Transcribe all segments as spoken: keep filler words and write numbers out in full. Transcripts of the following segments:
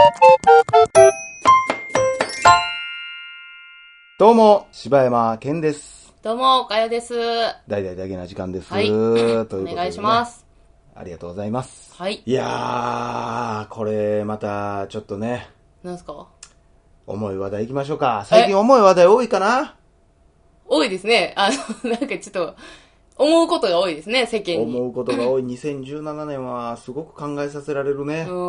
どうも、柴山健です。 どうも、かよです。 大々だけな時間です。 はい。 ということで、ね、 お願いします。 ありがとうございます。 はい。 いやー、これまたちょっとね。 なんすか？ 重い話題行きましょうか。最近重い話題多いかな？ 多いですね。あの、なんかちょっと、思うことが多いですね、世間に。 思うことが多い。にせんじゅうななねんはすごく考えさせられるね。 うん。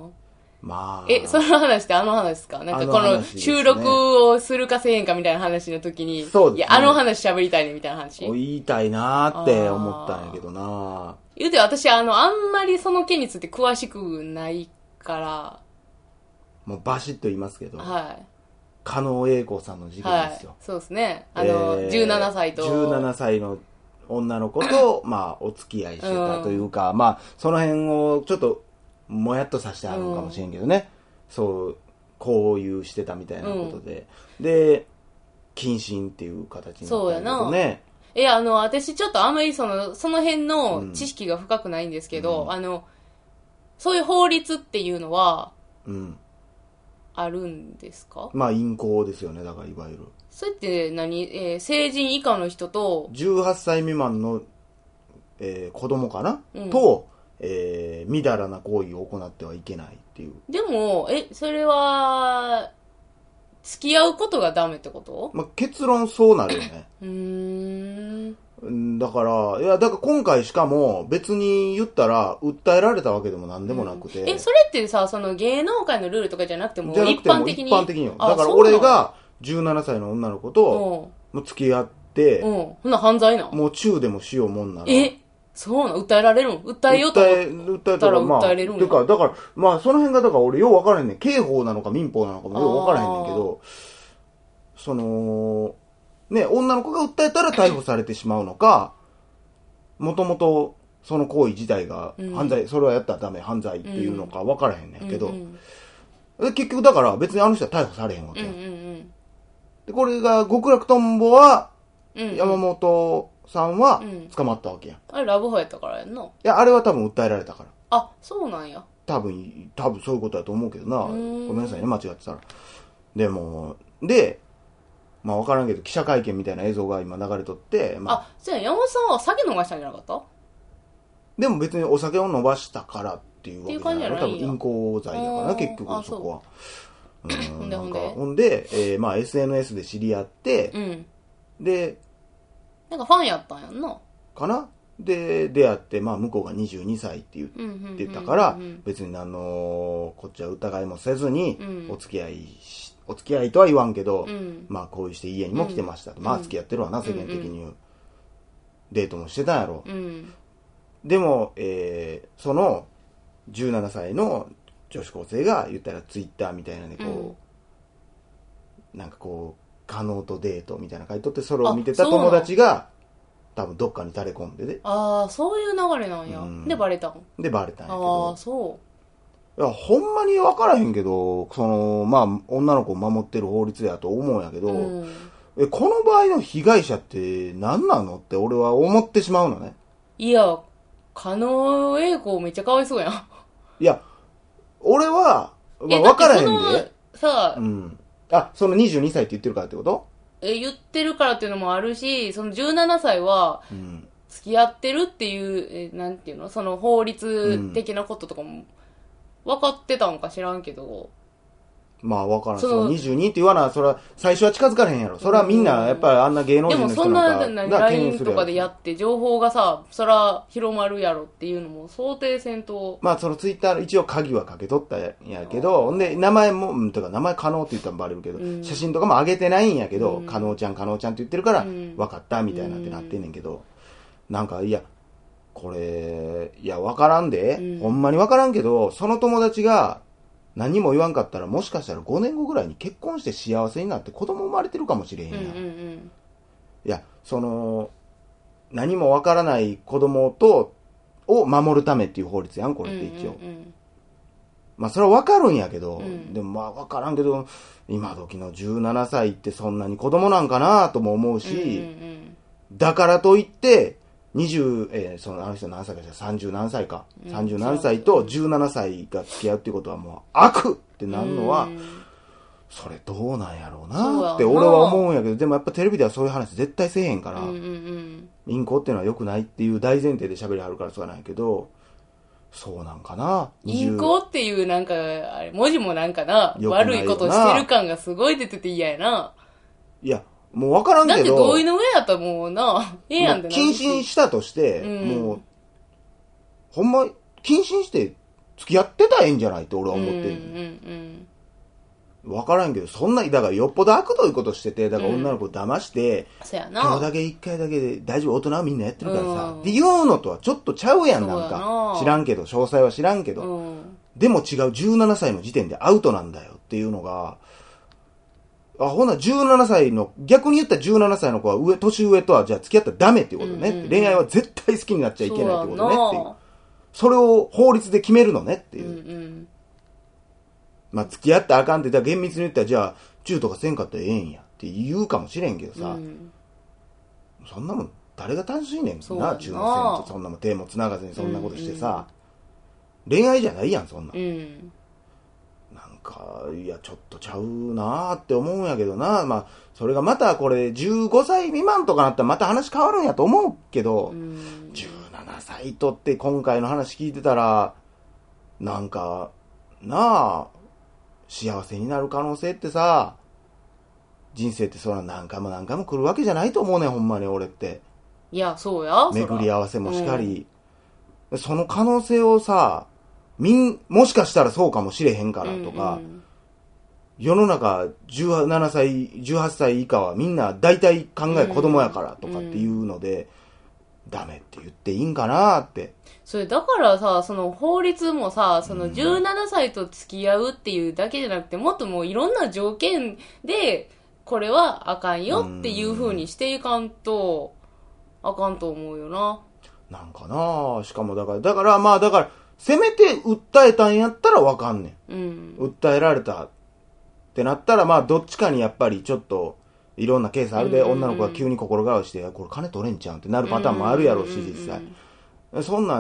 まあ。 え、その話ってあの話ですか？なんかこの収録をするかせへんかみたいな話の時に、 そうですね。 いや、あの話喋りたいねみたいな話。 言いたいなーって思ったんやけどな。 言うて私、あの、あんまりその件について詳しくないから。 もうバシッと言いますけど。 はい。 加納栄子さんの事件ですよ。 はい。そうですね。あの、えー、じゅうななさいと。 じゅうななさいの女の子と、まあ、お付き合いしてたというか、うん、まあ、その辺をちょっと、もやっとさせてあるのかもしれんけどね。うん、そう、交友してたみたいなことで。うん、で、謹慎っていう形になったんだけどね。 いや、あの、私ちょっとあんまりその、その辺の知識が深くないんですけど、うん、あの、そういう法律っていうのは、うん。あるんですか？ まあ、淫行ですよね、だからいわゆる。 それって何、えー、成人以下の人と、 じゅうはっさい未満の、えー、子供かな、うん、と、えー、みだらな行為を行ってはいけないっていう。 でも、え、それは、付き合うことがダメってこと？ まあ、結論そうなるよね。 うーん。 だから、いや、だから今回しかも別に言ったら訴えられたわけでもなんでもなくて。 うん、え、それってさ、その芸能界のルールとかじゃなくても、 じゃなくても一般的によ。だから俺がじゅうななさいの女の子と付き合って、 うん。ほんな犯罪な。 もうチューでもしようもんなら。 えそうなの？訴えられるん？訴えようと思ったら訴えれるんや。 てか、だから、まあその辺がだから俺よう分からへんねん。刑法なのか民法なのかもよう分からへんねんけど、その、ね、女の子が訴えたら逮捕されてしまうのか、もともとその行為自体が犯罪、うん、それはやったらダメ、犯罪っていうのか分からへんねんけど、うんうん、結局だから別にあの人は逮捕されへんわけよ。うんうんうん、で、これが極楽とんぼは、うんうん、山本さんは捕まったわけやん。 あれラブホやったからやんな。いや、あれは多分訴えられたから。 あ、そうなんや。 多分、多分そういうことだと思うけどな。ごめんなさいね、間違ってたら。でも、で、まあ分からんけど、記者会見みたいな映像が今流れとって、 まあ。あ、そうや、山本さんは酒飲ましたんじゃなかった？ でも別にお酒を飲ましたからっていうわけじゃないの。多分淫行罪だからな、結局そこは。うん、ほんで、ほんで。ほんで、えー、まあ エスエヌエス で知り合って、うん、で、 なんかファンやったんやんな。 かなで、出会って、まあ向こうがにじゅうにさいって言ってたから、別にあのー、こっちは疑いもせずに、お付き合いし、お付き合いとは言わんけど、うん、まあこういうして家にも来てましたと。うん、まあ付き合ってるわな、世間的に言う。うんうん、デートもしてたんやろ。うん、でも、えー、そのじゅうななさいの女子高生が言ったらツイッターみたいなね、こう、うん、なんかこう、加納とデートみたいな書いとって、それを見てた友達が、多分どっかに垂れ込んでね。 ああ、そういう流れなんや。うん、で、バレたんで、バレたんやけど。 ああ、そう。 いや、ほんまに分からへんけど、その、まあ、女の子を守ってる法律やと思うんやけど、うん、え、この場合の被害者って何なのって俺は思ってしまうのね。 いや、加納栄子めっちゃかわいそうやん。 いや、俺は、まあ、分からへんで。 さあ、 うん。あ、そのにじゅうにさいって言ってるからってこと？ え、言ってるからっていうのもあるし、そのじゅうななさいは、付き合ってるっていう、うん、え、なんていうの、その法律的なこととかも、分かってたんか知らんけど。 まあ分からん。そのにじゅうにって言わな、それは最初は近づかれへんやろ。それはみんな、やっぱりあんな芸能人の人なんかでもそんな、ライン とかでやって、情報がさ、そら広まるやろっていうのも想定せんと。 まあそのツイッターの一応鍵はかけとったんやけど、ほんで、名前も、うん、とか名前可能って言ったらバレるけど、うん、写真とかも上げてないんやけど、可能ちゃん可能ちゃんって言ってるから、分かったみたいなってなってんねんけど、なんか、いや、これ、いや、分からんで、うん、ほんまに分からんけど、その友達が、何も言わんかったらもしかしたらごねんごぐらいに結婚して幸せになって子供生まれてるかもしれへんや、うんうんうん、いやその何もわからない子供とを守るためっていう法律やんこれって一応、うんうんうん、まあそれはわかるんやけど、うん、でもまあわからんけど今時のじゅうななさいってそんなに子供なんかなとも思うし、うんうんうん、だからといってにじゅう、えー、そのあの人何歳かじゃさんじゅう何歳か、うん、さんじゅう何歳とじゅうななさいが付き合うっていうことはもう悪ってなるのは、うん、それどうなんやろうなって俺は思うんやけど、でもやっぱテレビではそういう話絶対せえへんから、うんうんうん、陰行っていうのは良くないっていう大前提で喋りはるからそうなんやけど、そうなんかな。 陰行っていうなんか、あれ文字もなんかな、悪いことしてる感がすごい出てて嫌やな。 いや、もう分からんけど。だって同意の上やったらもうな、ええやんってなるし。 謹慎したとして、うん、もう、ほんま、謹慎して付き合ってたらええんじゃないって俺は思ってる。うんうんうん、分からんけど、そんな、だからよっぽど悪どいことしてて、だから女の子騙して、 うん、そうやな。 今日だけ一回だけで大丈夫、大人はみんなやってるからさ、うん、っていうのとはちょっとちゃうやん、なんか。知らんけど、詳細は知らんけど。うん、でも違う、じゅうななさいの時点でアウトなんだよっていうのが、あ、ほなじゅうななさいの、逆に言ったらじゅうななさいの子は上、年上とはじゃあ付き合ったらダメっていうことね、うんうんうん。恋愛は絶対好きになっちゃいけないってことねっていう。それを法律で決めるのねっていう。うんうん、まあ付き合ったらあかんって、だから厳密に言ったらじゃあ、チューとかせんかったらええんやって言うかもしれんけどさ、うん、そんなもん誰が楽しいねんな、チューのせんとそんなもん手も繋がずにそんなことしてさ、うんうん、恋愛じゃないやん、そんな。うんなんか、いや、ちょっとちゃうなーって思うんやけどな。まあ、それがまたこれ、じゅうごさい未満とかなったらまた話変わるんやと思うけど、じゅうななさいとって今回の話聞いてたら、なんか、なあ、幸せになる可能性ってさ、人生ってそら何回も何回も来るわけじゃないと思うねん、ほんまに俺って。 いや、そうや。 巡り合わせもしかり。うん、その可能性をさ、みん、もしかしたらそうかもしれへんからとか、うんうん、世の中じゅうななさい、じゅうはっさい以下はみんな大体考え子供やからとかっていうので、うんうん、ダメって言っていいんかなって。 それだからさ、その法律もさ、そのじゅうななさいと付き合うっていうだけじゃなくて、もっともういろんな条件で、これはあかんよっていう風にしていかんと、あかんと思うよな。 なんかなしかもだから、だからまあだから、せめて訴えたんやったらわかんねん、うん。訴えられたってなったら、まあどっちかにやっぱりちょっと、いろんなケースあるで、うんうんうん、女の子が急に心変わりして、これ金取れんちゃうんってなるパターンもあるやろうし、実際。そんなん、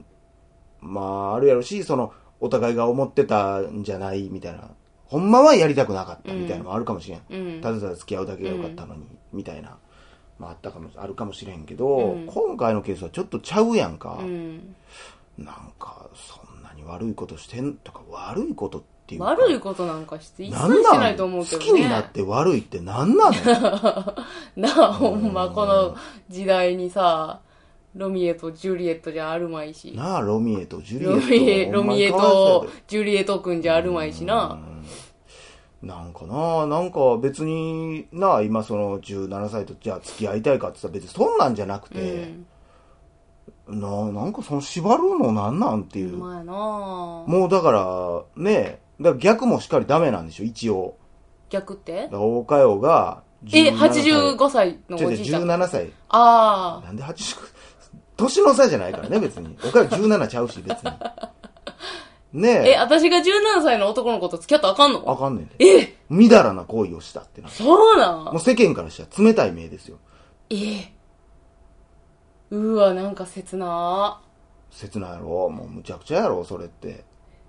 まああるやろうし、その、お互いが思ってたんじゃないみたいな。ほんまはやりたくなかったみたいなのもあるかもしれん。うん、ただただ付き合うだけがよかったのに、みたいな。まああったかも、あるかもしれんけど、うん、今回のケースはちょっとちゃうやんか。うんなんか、そんなに悪いことしてんとか、悪いことっていうか。 悪いことなんかして一切してないと思うけどね。 好きになって悪いってなんなのなあ、ほんま、この時代にさ、ロミエとジュリエットじゃあるまいし。 なあ、ロミエとジュリエット。 ロミエ、ロミエとジュリエットくんじゃあるまいしな。 なんかななんか別にな今そのじゅうななさいとじゃあ付き合いたいかって言ったら別にそんなんじゃなくて、うんな、なんかその縛るのなんなんっていう。 まあなもうだから、ねだから逆もしっかりダメなんでしょ、一応。 逆ってだから大岡洋がえ、はちじゅうごさいのおじいちゃん。 じゅうななさい。 ああ。 なんではちじゅう、年の差じゃないからね、別に。大岡洋じゅうななちゃうし、別に。ねえ。 え、私がじゅうななさいの男の子と付き合ったらあかんのあかんねん。 えみだらな行為をしたってな。 そうなんもう世間からしたら冷たい目ですよ。 えうわ、なんか切な切なやろもうむちゃくちゃやろそれって。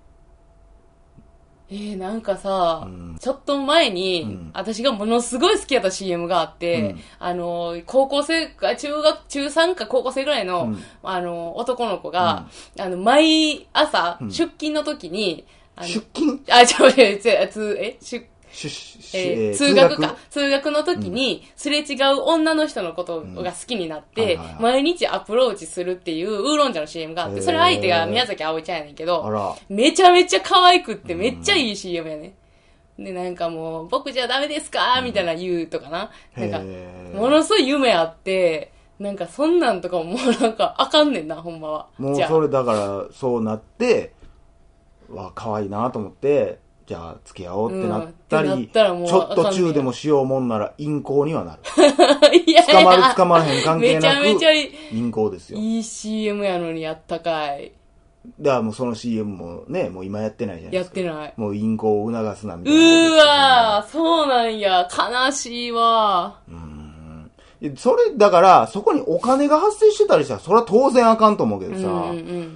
えー、なんかさ、うん、ちょっと前に、うん、私がものすごい好きやった シーエム があって、うん、あの、高校生か、中学、中さんか高校生ぐらいの、あの、男の子が、あの、毎朝、出勤の時に、 出勤あ、ちょ、え、え、え、出えー、通学か。通学の時に、すれ違う女の人のことが好きになって、うんはいはいはい、毎日アプローチするっていうウーロン茶の シーエム があって、それ相手が宮崎あおいちゃんやねんけど、めちゃめちゃ可愛くってめっちゃいい シーエム やね。で、なんかもう、僕じゃダメですかみたいな言うとかな。なんか、ものすごい夢あって、なんかそんなんとかももうなんかあかんねんな、ほんまは。 もうそれだから、そうなって、わ、可愛いなと思って、じゃあ付き合おうってなったり、うん、ったらもうちょっと中でもしようもんなら陰行にはなる。いやいや捕まる捕まらへん関係なくめちゃめちゃ陰行ですよ。 いい シーエム やのにやったかい。 だからもうその シーエム もね、もう今やってないじゃないですか。 やってない。 もう陰行を促すなみたいな。 うーわー、そうなんや。悲しいわ。 うーん。 それ、だから、そこにお金が発生してたりしたら、それは当然あかんと思うけどさ、 うんうん、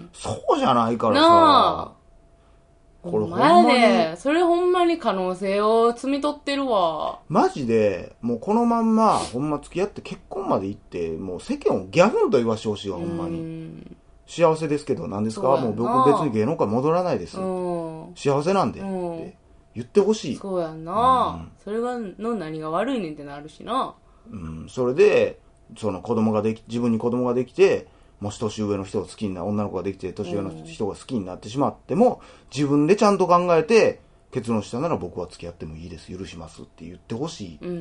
そうじゃないからさ、 なあ、 これほんまに、 ね、それほんまに可能性を摘み取ってるわ。 マジで、もうこのまんま、ほんま付き合って結婚まで行って、もう世間をギャフンと言わしてほしいわ、ほんまに。ん幸せですけど、何ですか？もう僕別に芸能界戻らないです。幸せなんで、って言ってほしい。 そうやんな、うん、それがの何が悪いねんってなるしな。 うん、それで、その子供ができ、自分に子供ができて、もし年上の人を好きにな、女の子ができて年上の人が好きになってしまっても、自分でちゃんと考えて、結論したなら僕は付き合ってもいいです、許しますって言ってほしい、 うんうん。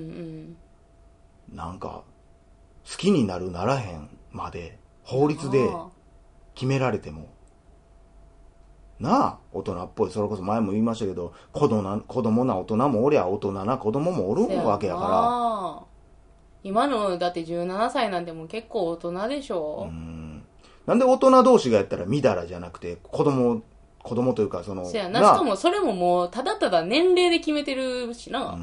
なんか、好きになるならへんまで、法律で決められても、なあ、大人っぽい、それこそ前も言いましたけど、子供な、子供な大人もおりゃ、大人な子供もおるわけやから。 今の、だってじゅうななさいなんてもう結構大人でしょ。 うん。なんで大人同士がやったらみだらじゃなくて、子供、子供というか、その。 そうやな。しかもそれももう、ただただ年齢で決めてるしな。うん。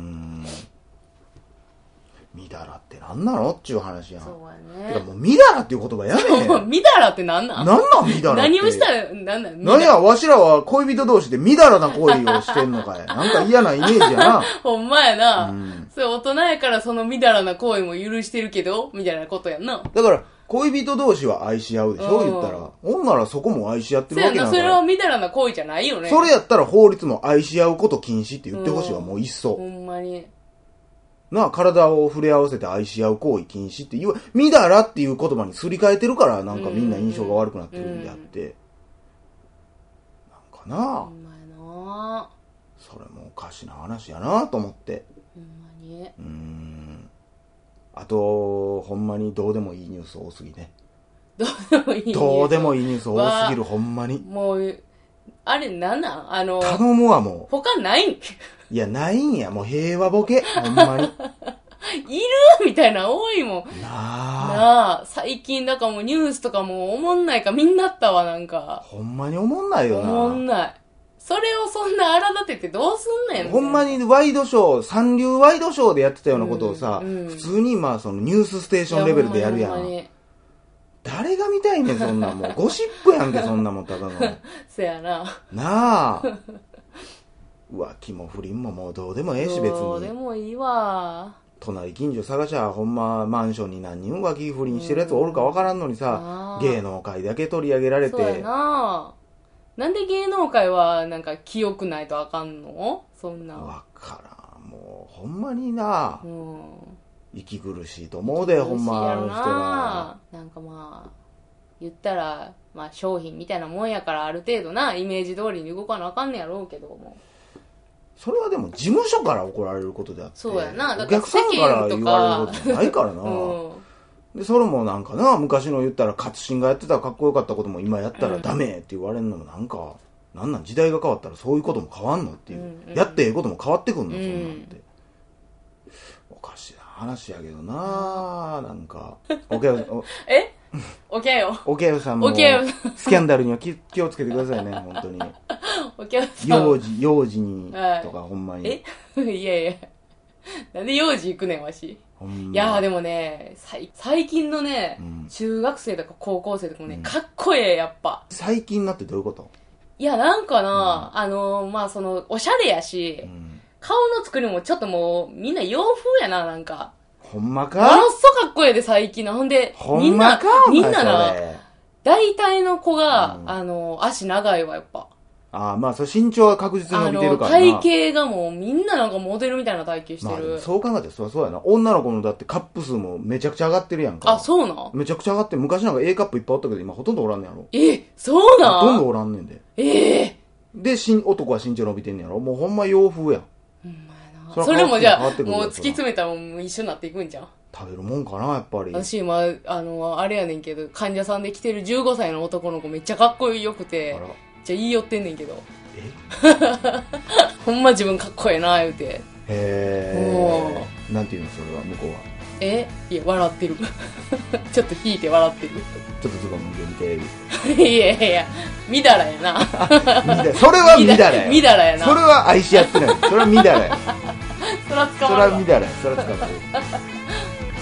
みだらってなんなのっちゅう話やん。 そうやね。 てかもうみだらっていう言葉やめへん。 そう、みだらってなんなんなんなんみだらって。 何をしたら、なんなん何や、わしらは恋人同士でみだらな行為をしてんのかい。なんか嫌なイメージやな。 ほんまやな。 うん、 それ大人やからそのみだらな行為も許してるけど、みたいなことやんな。 だから、恋人同士は愛し合うでしょ、うん、言ったら。ほんならそこも愛し合ってるわけなんだから。 それはみだらな行為じゃないよね。 それやったら法律も愛し合うこと禁止って言ってほしいわ、うん、もういっそ。 ほんまに。 なあ、体を触れ合わせて愛し合う行為禁止って言う、みだらっていう言葉にすり替えてるから、なんかみんな印象が悪くなってるんであって。うんうん、なんかなあ。 ほんまやな。 それもおかしな話やなと思って。 ほんまに。 うーん。あと、ほんまにどうでもいいニュース多すぎね。 どうでもいいニュース。 どうでもいいニュース多すぎる、ほんまに。 もう、あれなんなんあの、 頼むわ、もう。 他ないんいや、ないんや。もう平和ボケ。ほんまに。 いるみたいな多いもん。 なあ。 なあ。最近だからもうニュースとかもおもんないかみんなったわ、なんか。 ほんまにおもんないよな。 おもんない。それをそんな荒立ててどうすんねん。 ほんまにワイドショー、三流ワイドショーでやってたようなことをさ、うんうん、普通にまあそのニュースステーションレベルでやるやん。誰が見たいねん、そんなもん。ゴシップやんけ、そんなもん、ただの。 そやな。 なあ。浮気も不倫ももうどうでもええし、別に。 どうでもいいわ。 隣近所探しゃ、ほんまマンションに何人浮気不倫してるやつおるかわからんのにさ、芸能界だけ取り上げられて。 そうやな。なんで芸能界はなんか清くないとあかんのそんな。 わからん。もう、ほんまにな。 うん。 息苦しいと思うで、ほんま、あの人ら。 なんかまあ、言ったら、まあ商品みたいなもんやからある程度な、イメージ通りに動かなあかんねやろうけども。 それはでも事務所から怒られることであって。 そうやな。 だからお客さんから言われることじゃないからな。うん、で、それもなんかな、昔の言ったら勝新がやってたらかっこよかったことも今やったらダメって言われるのもなんか、なんなん時代が変わったらそういうことも変わんのっていう。うんうん、やってええことも変わってくんの、そんなんって。おかしいな話やけどな、なんか。おけおえおけよ。 おけよさんも、スキャンダルには 気, 気をつけてくださいね、本当に。 おけよさん。 幼児、幼児に、とか、ほんまに。 えいやいや。なんで幼児行くねん、わし。いやーでもね、最近のね、うん、中学生とか高校生とかもね、うん、かっこええ、やっぱ。 最近なってどういうこと？ いや、なんかな、うん、あのー、まあ、その、おしゃれやし、うん、顔の作りもちょっともう、みんな洋風やな、なんか。 ほんまか？ ものすごかっこええで、最近の。ほんで、 みんな、 みんなな、大体の子が、うん、あの、足長いわ、やっぱ。 ああ、まあ、それ身長は確実に伸びてるからな。 体型がもう、みんななんかモデルみたいな体型してる。 まあ、そう考えてそりゃそうやな。女の子のだってカップ数もめちゃくちゃ上がってるやんか。 あ、そうなめちゃくちゃ上がってる。昔なんか A カップいっぱいおったけど、今ほとんどおらんねやろ。 え、そうなほとんどおらんねんで。 ええー。で、しん男は身長伸びてんねやろ。もうほんま洋風やん。 ほんまやな。そ, それもじゃあ、もう突き詰めたらもう一緒になっていくんじゃん。 食べるもんかな、やっぱり。 私今、あの、あれやねんけど、患者さんで来てるじゅうごさいの男の子めっちゃかっこよくて、じゃあ言い寄ってんねんけど。えほんま自分かっこええな、言うて。へえ。なんて言うの、それは、向こうは。 えいや、笑ってる。ちょっと引いて笑ってる。 ちょっとズボン見てみて。 いやいや、みだらやな。 それはみだらや。 みだらやな。 それは愛し合ってない。それはみだらや。 それは使わる。それはみだらや。それは使わる。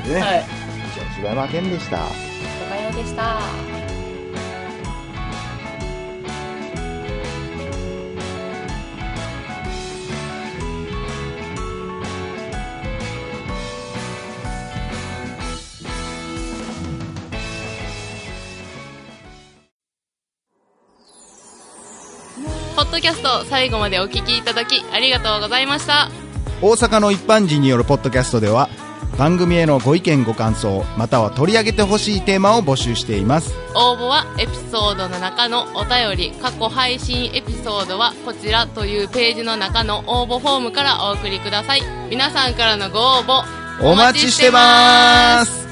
でね、 はい、 以上柴山健でした。 高山でした。ポッドキャスト最後までお聞きいただきありがとうございました。 大阪の一般人によるポッドキャストでは番組へのご意見ご感想または取り上げてほしいテーマを募集しています。 応募はエピソードの中のお便り過去配信エピソードはこちらというページの中の応募フォームからお送りください。皆さんからのご応募お待ちしてます。